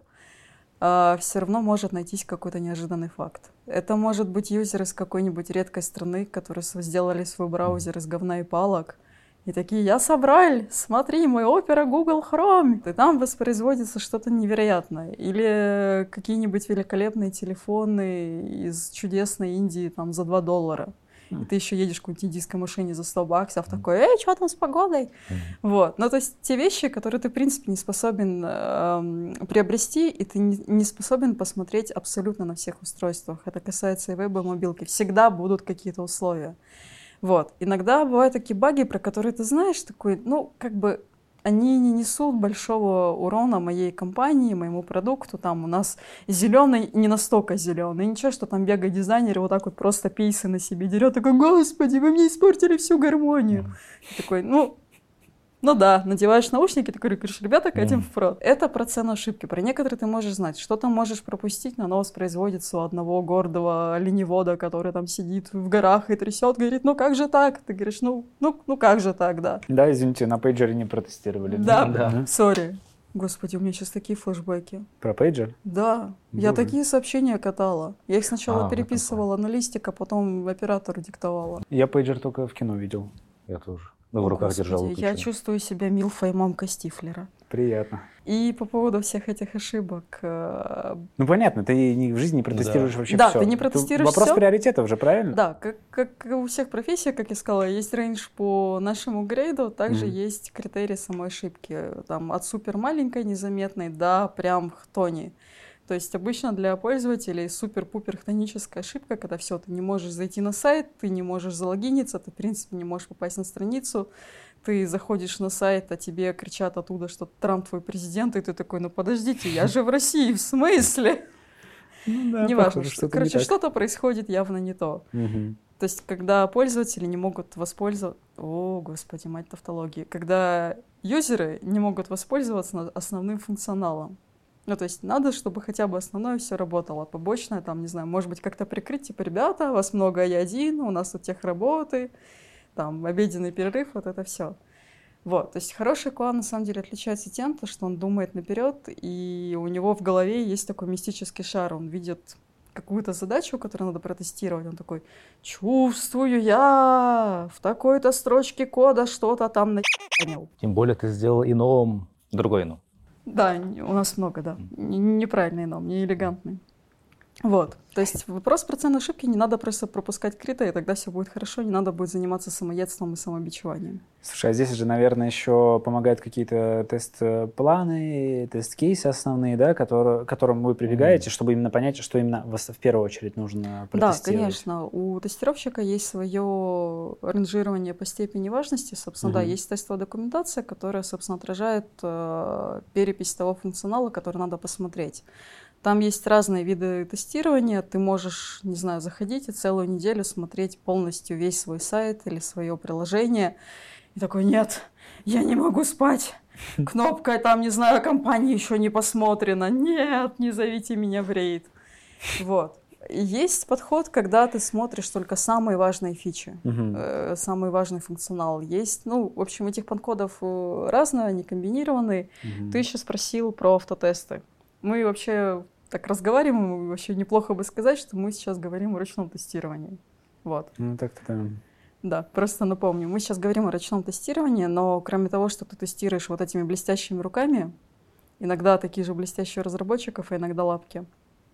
все равно может найтись какой-то неожиданный факт. Это может быть юзер из какой-нибудь редкой страны, которые сделали свой браузер из говна и палок. И такие: я собрал, смотри, мой Opera Google Chrome. И там воспроизводится что-то невероятное. Или какие-нибудь великолепные телефоны из чудесной Индии там за $2. И ты еще едешь в какой-нибудь индийской машине за $100, такой: эй, что там с погодой? Вот. Ну, то есть те вещи, которые ты, в принципе, не способен приобрести, и ты не способен посмотреть абсолютно на всех устройствах. Это касается и веба, и мобилки. Всегда будут какие-то условия. Вот. Иногда бывают такие баги, про которые ты знаешь, такой, ну, как бы они не несут большого урона моей компании, моему продукту. Там у нас зеленый, не настолько зеленый. Ничего, что там бегает дизайнер и вот так вот просто пейсы на себе дерет. Такой: господи, вы мне испортили всю гармонию. И такой, ну да, надеваешь наушники, такой говоришь: ребята, катим в прод. Это про цену ошибки. Про некоторые ты можешь знать, что там можешь пропустить, но оно воспроизводится у одного гордого оленевода, который там сидит в горах и трясет, говорит: ну как же так? Ты говоришь: ну как же так, да. Да, извините, на пейджере не протестировали. Да, сори. Господи, у меня сейчас такие флешбеки. Про пейджер? Да, Боже. Я такие сообщения катала. Я их сначала переписывала на листик, а потом оператору диктовала. Я пейджер только в кино видел. Я тоже. В руках держал. Я чувствую себя милфой мамкой Стифлера. Приятно. И по поводу всех этих ошибок... Ну, понятно, ты в жизни не протестируешь вообще все. все. Да, ты не протестируешь Вопрос все. приоритетов же, правильно? Да, как у всех профессий, как я сказала, есть рейндж по нашему грейду, также есть критерии самой ошибки. Там от супер маленькой, незаметной до прям хтони. То есть обычно для пользователей супер-пупер хтоническая ошибка, когда все, ты не можешь зайти на сайт, ты не можешь залогиниться, ты, в принципе, не можешь попасть на страницу, ты заходишь на сайт, а тебе кричат оттуда, что Трамп твой президент, и ты такой: ну подождите, я же в России, в смысле? Неважно. Короче, что-то происходит явно не то. То есть, когда пользователи не могут воспользоваться... О, господи, мать тавтологии. Когда юзеры не могут воспользоваться основным функционалом. Ну, то есть надо, чтобы хотя бы основное все работало. Побочное, там, не знаю, может быть, как-то прикрыть, типа: ребята, вас много, а я один, у нас тут техработы, там, обеденный перерыв, вот это все. Вот, то есть хороший QA на самом деле отличается тем, что он думает наперед, и у него в голове есть такой мистический шар, он видит какую-то задачу, которую надо протестировать, он такой: чувствую я в такой-то строчке кода что-то там нанял. Тем более ты сделал ином, другой ином. Да, у нас много, да. Неправильный ном, не элегантный. Вот. То есть вопрос про цену ошибки, не надо просто пропускать критерии, и тогда все будет хорошо, не надо будет заниматься самоедством и самобичеванием. Слушай, а здесь же, наверное, еще помогают какие-то тест-планы, тест-кейсы основные, да, к которым вы прибегаете, чтобы именно понять, что именно вас в первую очередь нужно протестировать. Да, конечно. У тестировщика есть свое ранжирование по степени важности. Собственно, да, есть тестовая документация, которая, собственно, отражает перепись того функционала, который надо посмотреть. Там есть разные виды тестирования. Ты можешь, не знаю, заходить и целую неделю смотреть полностью весь свой сайт или свое приложение. И такой: нет, я не могу спать. Кнопка там, не знаю, компании еще не посмотрена. Нет, не зовите меня в рейд. Вот. Есть подход, когда ты смотришь только самые важные фичи, самый важный функционал. Есть, в общем, этих подходов разные, они комбинированные. Ты еще спросил про автотесты. Мы вообще так разговариваем, вообще неплохо бы сказать, что мы сейчас говорим о ручном тестировании. Вот. Ну, так-то да. Да, просто напомню, мы сейчас говорим о ручном тестировании, но кроме того, что ты тестируешь вот этими блестящими руками, иногда такие же блестящие у разработчиков, а иногда лапки,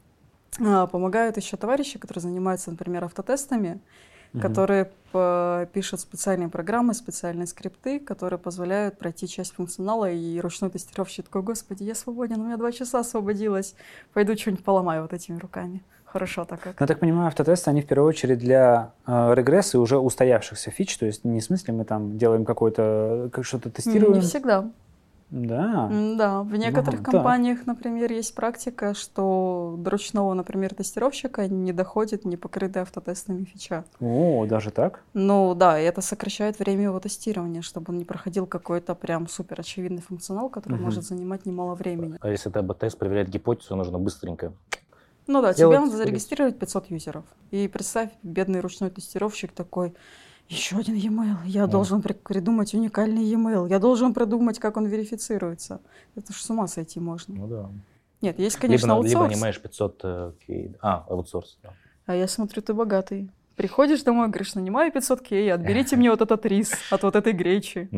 помогают еще товарищи, которые занимаются, например, автотестами, которые пишут специальные программы, специальные скрипты, которые позволяют пройти часть функционала, и ручной тестировщик такой: господи, я свободен, у меня 2 часа освободилось, пойду что-нибудь поломаю вот этими руками. Хорошо так как. Ну, так понимаю, автотесты, они в первую очередь для регресса уже устоявшихся фич, то есть не в смысле мы там делаем что-то тестируем. Не всегда. Да. Да, в некоторых компаниях, например, есть практика, что до ручного, например, тестировщика не доходит непокрытая автотестами фича. О, даже так? Ну да, и это сокращает время его тестирования, чтобы он не проходил какой-то прям супер очевидный функционал, который может занимать немало времени. А если ТБ-тест проверяет гипотезу, нужно быстренько. Ну да, тебе надо зарегистрировать 500 юзеров. И представь, бедный ручной тестировщик такой: еще один e-mail, я должен придумать уникальный e-mail, я должен придумать, как он верифицируется. Это ж с ума сойти можно. Ну да. Нет, есть, конечно, аутсорс. Либо нанимаешь 500 кей. Аутсорс. Да. А я смотрю, ты богатый. Приходишь домой, говоришь: нанимаю 500 кей, отберите мне вот этот рис от вот этой гречи.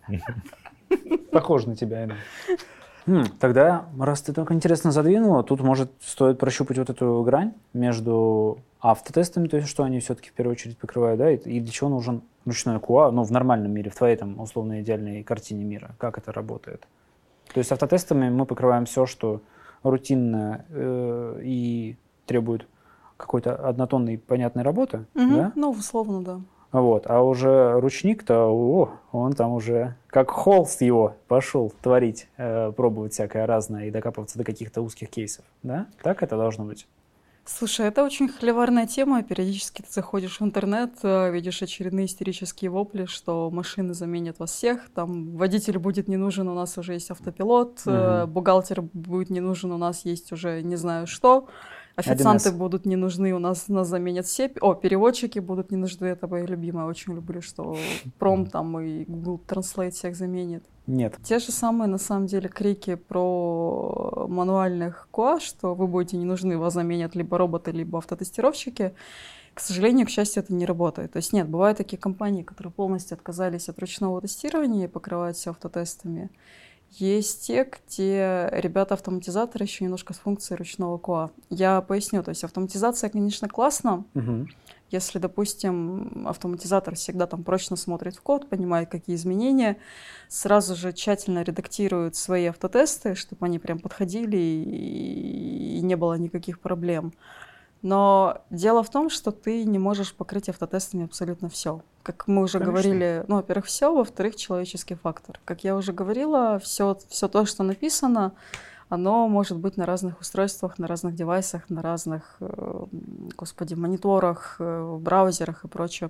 Похоже на тебя, Инна. Тогда, раз ты так интересно задвинула, тут, может, стоит прощупать вот эту грань между автотестами, то есть что они все-таки в первую очередь покрывают, да, и для чего нужен ручной QA, ну, в нормальном мире, в твоей там условно идеальной картине мира, как это работает. То есть автотестами мы покрываем все, что рутинно и требует какой-то однотонной понятной работы, да? Ну, условно, да. Вот. А уже ручник-то, он там уже как холст его пошел творить, пробовать всякое разное и докапываться до каких-то узких кейсов. Да? Так это должно быть? Слушай, это очень холиварная тема. Периодически ты заходишь в интернет, видишь очередные истерические вопли, что машины заменят вас всех, там водитель будет не нужен, у нас уже есть автопилот, бухгалтер будет не нужен, у нас есть уже не знаю что. Официанты 1С. будут не нужны, нас заменят все. Переводчики будут не нужны, это моя любимая. Очень люблю, что Пром там и Google Translate всех заменит. Нет. Те же самые, на самом деле, крики про мануальных QA, что вы будете не нужны, вас заменят либо роботы, либо автотестировщики. К сожалению, к счастью, это не работает. То есть нет, бывают такие компании, которые полностью отказались от ручного тестирования и покрывают все автотестами. Есть те, где ребята-автоматизаторы еще немножко с функцией ручного QA. Я поясню, то есть автоматизация, конечно, классно. Если, допустим, автоматизатор всегда там прочно смотрит в код, понимает, какие изменения, сразу же тщательно редактирует свои автотесты, чтобы они прям подходили и не было никаких проблем. Но дело в том, что ты не можешь покрыть автотестами абсолютно все. Как мы уже говорили, ну, во-первых, все, во-вторых, человеческий фактор. Как я уже говорила, все то, что написано, оно может быть на разных устройствах, на разных девайсах, на разных, мониторах, браузерах и прочее.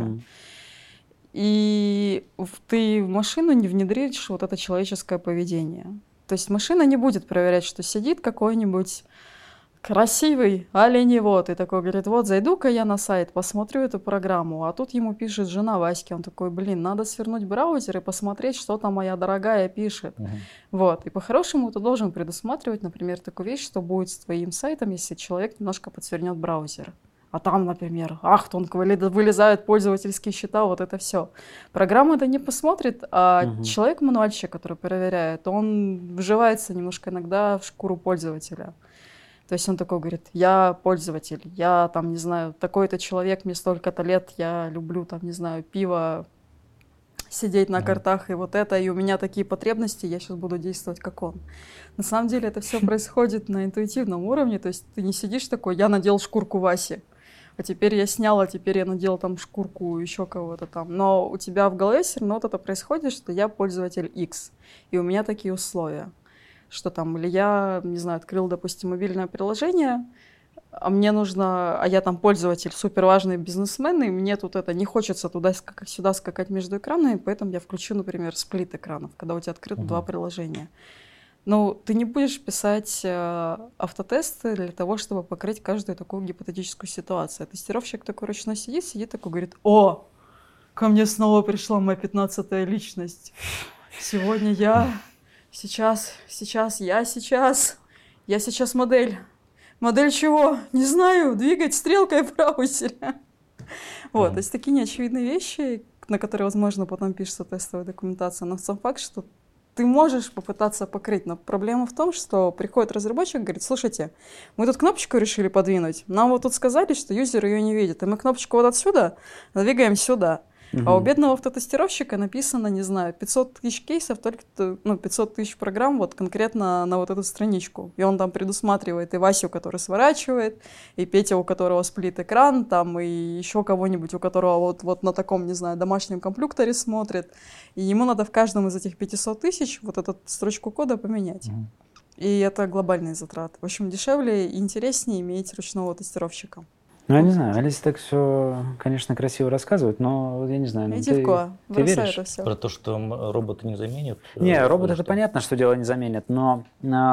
И ты в машину не внедришь вот это человеческое поведение. То есть машина не будет проверять, что сидит какой-нибудь красивый оленевод. И такой говорит: вот, зайду-ка я на сайт, посмотрю эту программу. А тут ему пишет жена Васьки. Он такой: блин, надо свернуть браузер и посмотреть, что там моя дорогая пишет. Вот. И по-хорошему ты должен предусматривать, например, такую вещь, что будет с твоим сайтом, если человек немножко подсвернет браузер. А там, например, тонко вылезают пользовательские счета, вот это все. Программа это не посмотрит, а человек-мануальщик, который проверяет, он вживается немножко иногда в шкуру пользователя. То есть он такой говорит: я пользователь, я там, не знаю, такой-то человек, мне столько-то лет, я люблю там, не знаю, пиво, сидеть на картах и вот это, и у меня такие потребности, я сейчас буду действовать как он. На самом деле это все происходит на интуитивном уровне, то есть ты не сидишь такой: я надел шкурку Васи, а теперь я снял, а теперь я надел там шкурку еще кого-то там. Но у тебя в голове все равно вот это происходит, что я пользователь X, и у меня такие условия. Что там, или я, не знаю, открыл, допустим, мобильное приложение, а мне нужно, а я там пользователь, суперважный бизнесмен, и мне тут это не хочется туда-сюда скакать между экранами, поэтому я включу, например, сплит экранов, когда у тебя открыто два приложения. Но ты не будешь писать автотесты для того, чтобы покрыть каждую такую гипотетическую ситуацию. Тестировщик такой ручной сидит такой говорит: о, ко мне снова пришла моя 15-я личность. Сегодня я... Сейчас модель. Модель чего? Не знаю, двигать стрелкой в браузере. Вот, то есть такие неочевидные вещи, на которые, возможно, потом пишется тестовая документация. Но сам факт, что ты можешь попытаться покрыть. Но проблема в том, что приходит разработчик и говорит: слушайте, мы тут кнопочку решили подвинуть. Нам вот тут сказали, что юзер ее не видит. И мы кнопочку вот отсюда двигаем сюда. А у бедного автотестировщика написано, не знаю, 500 тысяч кейсов, только 500 тысяч программ вот конкретно на вот эту страничку. И он там предусматривает и Васю, который сворачивает, и Петя, у которого сплит экран, там, и еще кого-нибудь, у которого вот на таком, не знаю, домашнем компьютере смотрит. И ему надо в каждом из этих 500 тысяч вот эту строчку кода поменять. И это глобальные затраты. В общем, дешевле и интереснее иметь ручного тестировщика. Ну, я не знаю, Олеся так все, конечно, красиво рассказывает, но я не знаю. Иди в КОА, ты веришь? это все. Про то, что роботы не заменят? Не, робот это понятно, что дело не заменит, но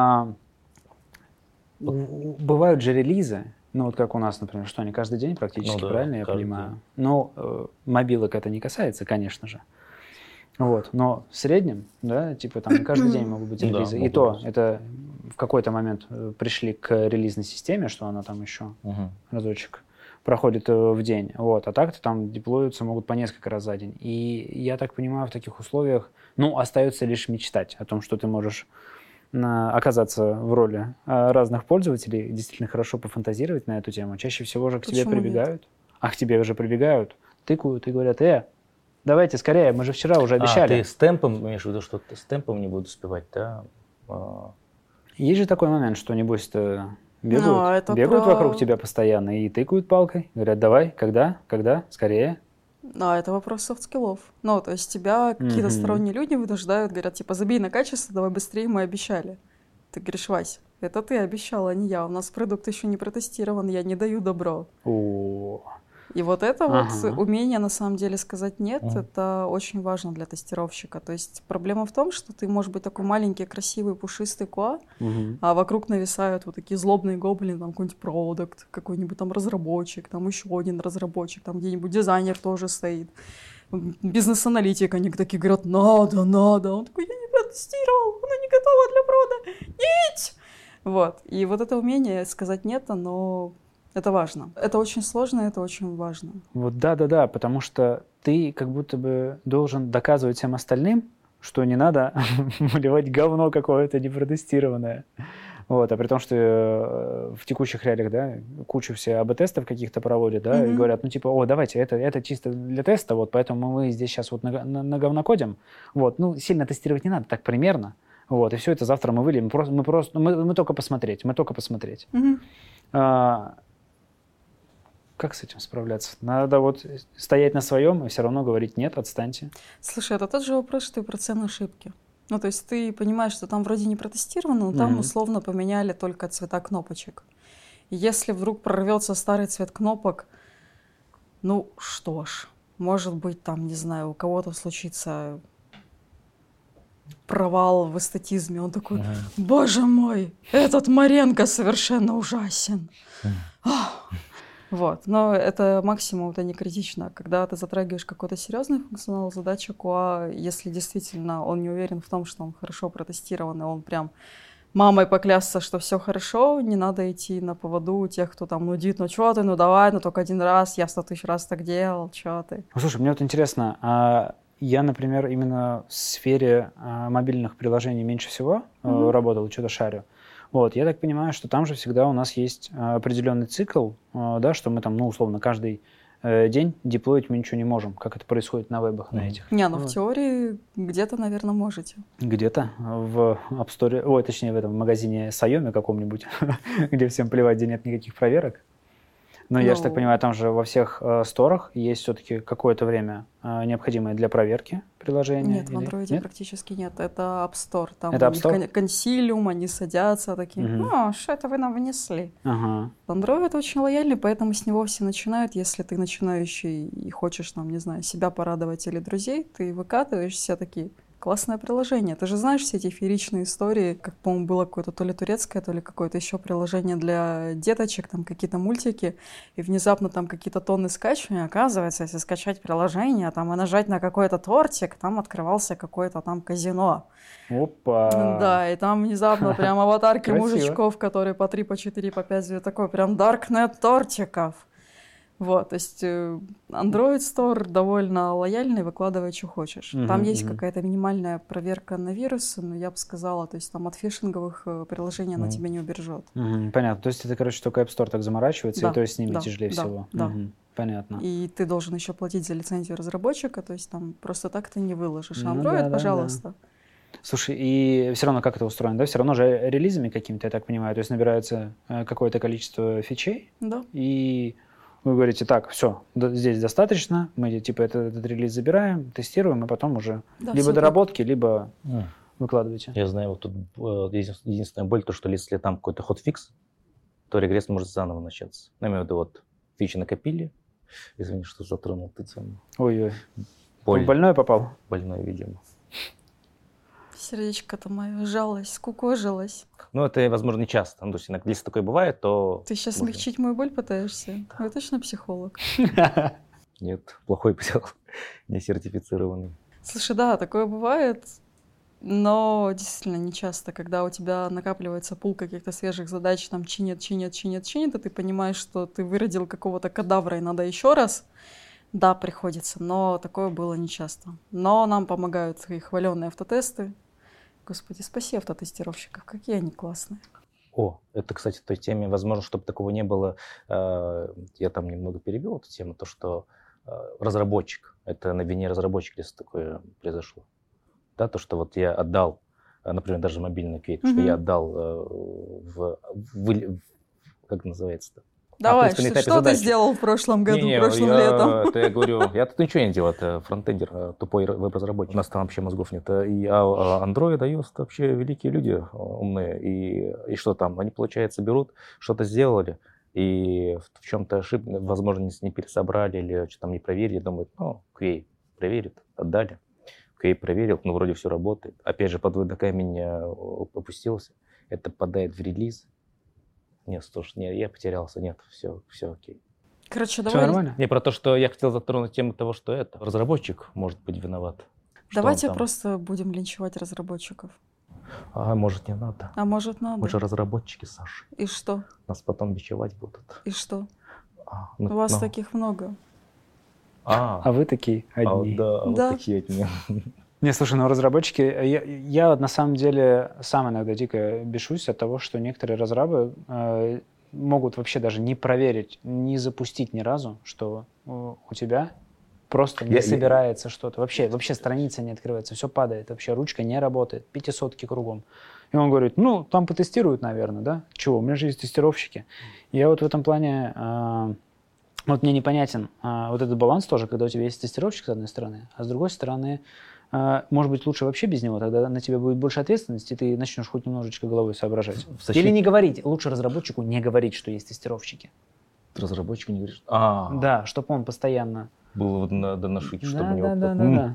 бывают же релизы, ну вот как у нас, например, что они каждый день практически, правильно я понимаю? День. Ну, мобилок это не касается, конечно же. Вот, но в среднем, да, типа там не каждый день могут быть релизы. И то, это в какой-то момент пришли к релизной системе, что она там еще разочек проходит в день. Вот, а так-то там деплоятся могут по несколько раз за день. И я так понимаю, в таких условиях, ну, остается лишь мечтать о том, что ты можешь оказаться в роли разных пользователей, действительно хорошо пофантазировать на эту тему. Чаще всего же к тебе прибегают. А к тебе уже прибегают, тыкают и говорят: давайте скорее, мы же вчера уже обещали. Ты с темпом, имеешь в виду, что с темпом не буду успевать, да? Есть же такой момент, что, небось-то, бегают вокруг тебя постоянно и тыкают палкой, говорят: давай, когда, скорее. Да, это вопрос софт-скиллов. Ну, то есть тебя какие-то сторонние люди вынуждают, говорят, типа, забей на качество, давай быстрее, мы обещали. Ты говоришь: Вась, это ты обещал, а не я. У нас продукт еще не протестирован, я не даю добро. И вот это вот умение на самом деле сказать «нет», это очень важно для тестировщика. То есть проблема в том, что ты можешь быть такой маленький, красивый, пушистый QA, а вокруг нависают вот такие злобные гоблины, там какой-нибудь продукт, какой-нибудь там разработчик, там еще один разработчик, там где-нибудь дизайнер тоже стоит, бизнес-аналитик, они такие говорят: надо. Он такой: я не протестировал, оно не готово для прода, нет! Вот. И вот это умение сказать «нет», оно... Это важно. Это очень сложно, это очень важно. Вот да, потому что ты как будто бы должен доказывать всем остальным, что не надо вливать говно какое-то непротестированное. Вот, а при том, что в текущих реалиях, да, кучу все АБ-тестов каких-то проводят, да, и говорят: ну типа, давайте, это чисто для теста, вот, поэтому мы здесь сейчас вот на говнокодим, вот, ну, сильно тестировать не надо, так примерно, вот, и все это завтра мы выльем, мы только посмотреть. Как с этим справляться? Надо вот стоять на своем и все равно говорить: нет, отстаньте. Слушай, это тот же вопрос, что и про цену ошибки. Ну, то есть ты понимаешь, что там вроде не протестировано, но там условно поменяли только цвета кнопочек. И если вдруг прорвется старый цвет кнопок, ну что ж, может быть, там, не знаю, у кого-то случится провал в эстетизме. Он такой: боже мой, этот Маренко совершенно ужасен. Вот, но это максимум, это не критично. Когда ты затрагиваешь какой-то серьезный функционал, задача QA, если действительно он не уверен в том, что он хорошо протестирован, и он прям мамой поклясться, что все хорошо, не надо идти на поводу у тех, кто там нудит: ну что ты, ну давай, ну только один раз, я 100 тысяч раз так делал, что ты. Слушай, мне вот интересно, я, например, именно в сфере мобильных приложений меньше всего работал, что-то шарю. Вот, я так понимаю, что там же всегда у нас есть определенный цикл, да, что мы там, ну, условно, каждый день деплоить мы ничего не можем, как это происходит на вебах, на этих. Не, ну в теории где-то, наверное, можете. Где-то в App Store, точнее, в этом магазине Xiaomi каком-нибудь, где всем плевать, где нет никаких проверок. Но я же так понимаю, там же во всех сторах есть все-таки какое-то время необходимое для проверки приложения. Нет, в Android практически нет. Это App Store. Там это у них консилиум, они садятся такие: что это вы нам внесли? Android очень лояльный, поэтому с него все начинают. Если ты начинающий и хочешь, там, не знаю, себя порадовать или друзей, ты выкатываешь все такие: классное приложение. Ты же знаешь все эти фееричные истории, как, по-моему, было какое-то то ли турецкое, то ли какое-то еще приложение для деточек, там какие-то мультики, и внезапно там какие-то тонны скачивания. Оказывается, если скачать приложение, там, и нажать на какой-то тортик, там открывался какое-то там казино. Опа! Да, и там внезапно прям аватарки мужичков, которые по 3, по 4, по 5, такой прям даркнет тортиков. Вот, то есть Android Store довольно лояльный, выкладывай, что хочешь. Там есть какая-то минимальная проверка на вирусы, но я бы сказала, то есть там от фишинговых приложений она тебя не убережет. Понятно. То есть это, короче, только App Store так заморачивается, и то есть с ними тяжелее всего. Да. Понятно. И ты должен еще платить за лицензию разработчика, то есть там просто так ты не выложишь. Android, пожалуйста. Да. Слушай, и все равно как это устроено, да? Все равно же релизами какими-то, я так понимаю, то есть набирается какое-то количество фичей, и вы говорите, так, все, здесь достаточно, мы типа этот релиз забираем, тестируем, и потом уже либо доработки, либо выкладываете. Я знаю, вот тут единственная боль, то, что если там какой-то хотфикс, то регресс может заново начаться. Я имею в виду, вот фичи накопили, извини, что затронул ты тему. Ой-ой, больной попал? Больной, видимо. Сердечко-то мое сжалось, скукожилось. Ну, это, возможно, не часто. Ну, то есть, иногда, если такое бывает, то... Ты сейчас смягчить мою боль пытаешься? Вы точно психолог? Нет, плохой психолог, не сертифицированный. Слушай, да, такое бывает, но действительно не часто, когда у тебя накапливается пул каких-то свежих задач, там чинит, и ты понимаешь, что ты выродил какого-то кадавра и надо еще раз. Да, приходится, но такое было нечасто. Но нам помогают и хваленые автотесты. Господи, спаси автотестировщиков, какие они классные. О, это, кстати, в той теме, возможно, чтобы такого не было, я там немного перебил эту тему, то, что разработчик, это на вине разработчика, если такое произошло. Да, то, что вот я отдал, например, даже мобильный QA, что я отдал как называется-то? Давай, что ты сделал в прошлом году, прошлым летом? Это я говорю, я тут ничего не делал, это фронтендер, тупой веб-разработчик. У нас там вообще мозгов нет. И Android, iOS вообще великие люди умные. И что там? Они, получается, берут, что-то сделали, и в чем-то ошибки, возможно, не пересобрали или что-то там не проверили. Думают, QA проверит, отдали. QA проверил, вроде все работает. Опять же, подводный камень опустился. Это попадает в релиз. Нет, слушай, нет, я потерялся, нет, все окей. Короче, давай. Все нормально? Не, про то, что я хотел затронуть тему того, что это разработчик может быть виноват. Давайте просто будем линчевать разработчиков. А может, не надо. А может, надо. Мы же разработчики, Саша. И что? Нас потом бичевать будут. И что? У вас таких много. А вы такие одни. Да. Вот такие одни. Не, слушай, разработчики, я на самом деле сам иногда дико бешусь от того, что некоторые разрабы могут вообще даже не проверить, не запустить ни разу, что у тебя просто не собирается что-то. Вообще страница не открывается, все падает, вообще ручка не работает, 500-ки кругом. И он говорит, там потестируют, наверное, да? Чего, у меня же есть тестировщики. Я вот в этом плане... Вот мне непонятен вот этот баланс тоже, когда у тебя есть тестировщик с одной стороны, а с другой стороны... Может быть, лучше вообще без него, тогда на тебя будет больше ответственности, и ты начнешь хоть немножечко головой соображать. Или не говорить, лучше разработчику не говорить, что есть тестировщики. Разработчик не говорит? Да, чтобы он постоянно... Было доношить, чтобы не Да.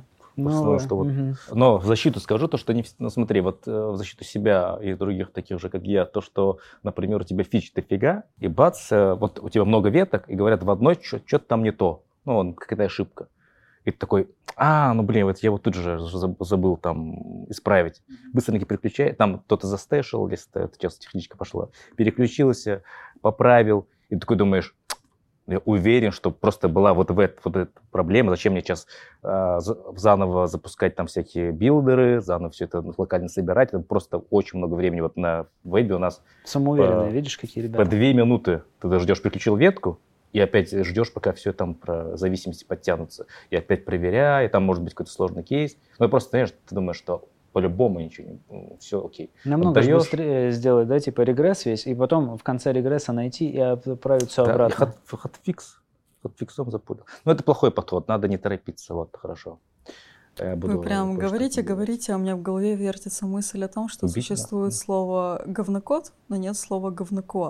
Но в защиту скажу то, что смотри, вот в защиту себя и других таких же, как я, то, что, например, у тебя фич дофига, и бац, вот у тебя много веток, и говорят, в одной что-то там не то, какая-то ошибка. И ты такой, вот я вот тут же забыл там исправить. Быстренько переключай, там кто-то застэшил, если это сейчас техничка пошла, переключился, поправил, и ты такой думаешь, я уверен, что просто была вот эта проблема, зачем мне сейчас заново запускать там всякие билдеры, заново все это локально собирать, это просто очень много времени. Вот на вебе у нас... Самоуверенные, видишь, какие ребята. По 2 минуты ты ждешь, переключил ветку, и опять ждешь, пока все там про зависимости подтянутся. И опять проверяй, и там может быть какой-то сложный кейс. Просто, знаешь, ты думаешь, что по-любому ничего не... Все окей. Намного быстрее сделать, да, типа регресс весь, и потом в конце регресса найти и отправить все обратно. Хотфиксом запутал. Это плохой подход, надо не торопиться, хорошо. Вы прям говорите, а у меня в голове вертится мысль о том, что существует слово говнокод, но нет слова говнокоа.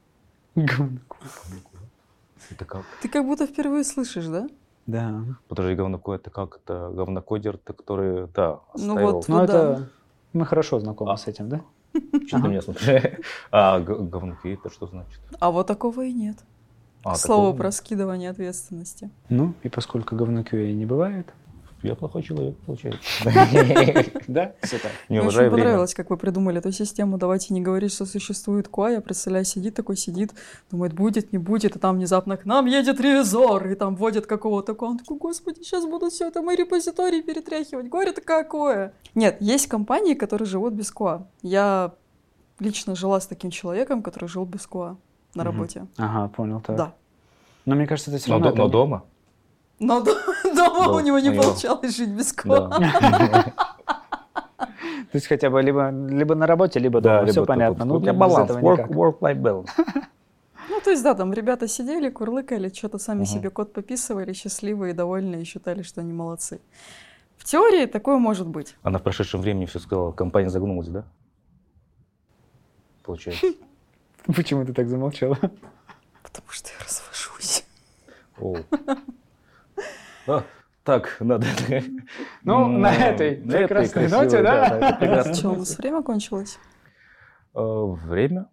Это как? Ты как будто впервые слышишь, да? Да. Подожди, говнокод, это как? Это говнокодер, который, оставил. Это мы хорошо знакомы с этим, да? Что ты меня смотришь? Говнокод, это что значит? А вот такого и нет. Слово про скидывание ответственности. И поскольку говнокод не бывает, Я плохой человек, получается. Да? Все так. Не Мне уважаю очень время. понравилось, как вы придумали эту систему. Давайте не говорить, что существует QA. Я представляю, сидит, думает, будет, не будет, и там внезапно к нам едет ревизор, и там вводит какого-то QA. Он такой, господи, сейчас будут все это мои репозитории перетряхивать. Горе-то какое. Нет, есть компании, которые живут без QA. Я лично жила с таким человеком, который жил без QA на работе. Ага, понял. Так. Да. Но мне кажется, это все Но равно... но дома? Но дома у него не получалось жить без QA. Да. То есть хотя бы либо на работе, либо дома. Все понятно. Ну, у тебя без баланс, этого никак. work-life balance. Ну, то есть, да, там ребята сидели, курлыкали, что-то сами себе код пописывали, счастливые, довольные, и считали, что они молодцы. В теории такое может быть. Она в прошедшем времени все сказала, компания загнулась, да? Получается. Почему ты так замолчала? Потому что я развожусь. О. Так, надо... Ну, на этой прекрасной ноте, да? Что, у нас время кончилось? Время?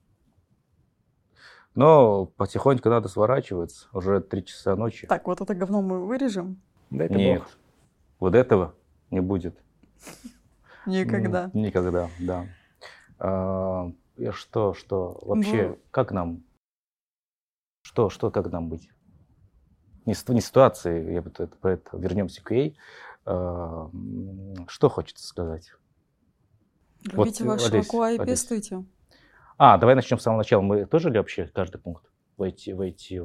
Но потихоньку надо сворачиваться. Уже 3 часа ночи. Так, вот это говно мы вырежем? Дай ты Нет, бог. вот этого не будет. Никогда. Никогда, да. И что? Вообще, Ну. как нам? Как нам быть? Не ситуации, я бы про это вернемся к QA. Что хочется сказать? Любите Вот, вашего Олесь, QA и Олесь. пестуйте. Давай начнем с самого начала. Мы тоже ли вообще каждый пункт войти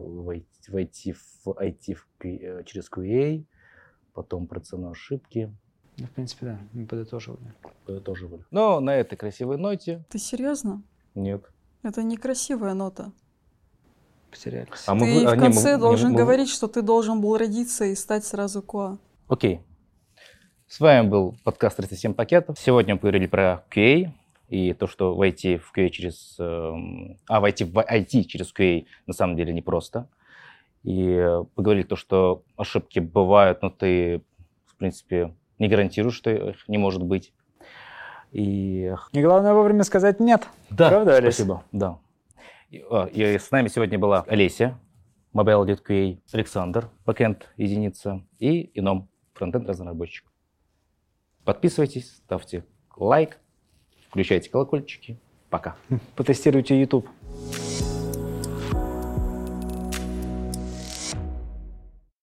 через QA, потом про цену ошибки. Ну, в принципе, да, мы подытоживали. Но на этой красивой ноте Ты серьезно? нет. Это некрасивая нота. Потерялись. Ты в конце должен говорить, что ты должен был родиться и стать сразу QA. Окей. С вами был подкаст 37 пакетов. Сегодня мы поговорили про QA и то, что войти в QA войти в IT через QA на самом деле непросто. И поговорили то, что ошибки бывают, но ты, в принципе, не гарантируешь, что их не может быть. И главное вовремя сказать «нет». да, правда, Олесь? спасибо. Да. И с нами сегодня была Олеся, Mobile Lead QA, Александр, Backend единица и Ином, фронтенд разработчик. Подписывайтесь, ставьте лайк, включайте колокольчики. Пока. Потестируйте YouTube.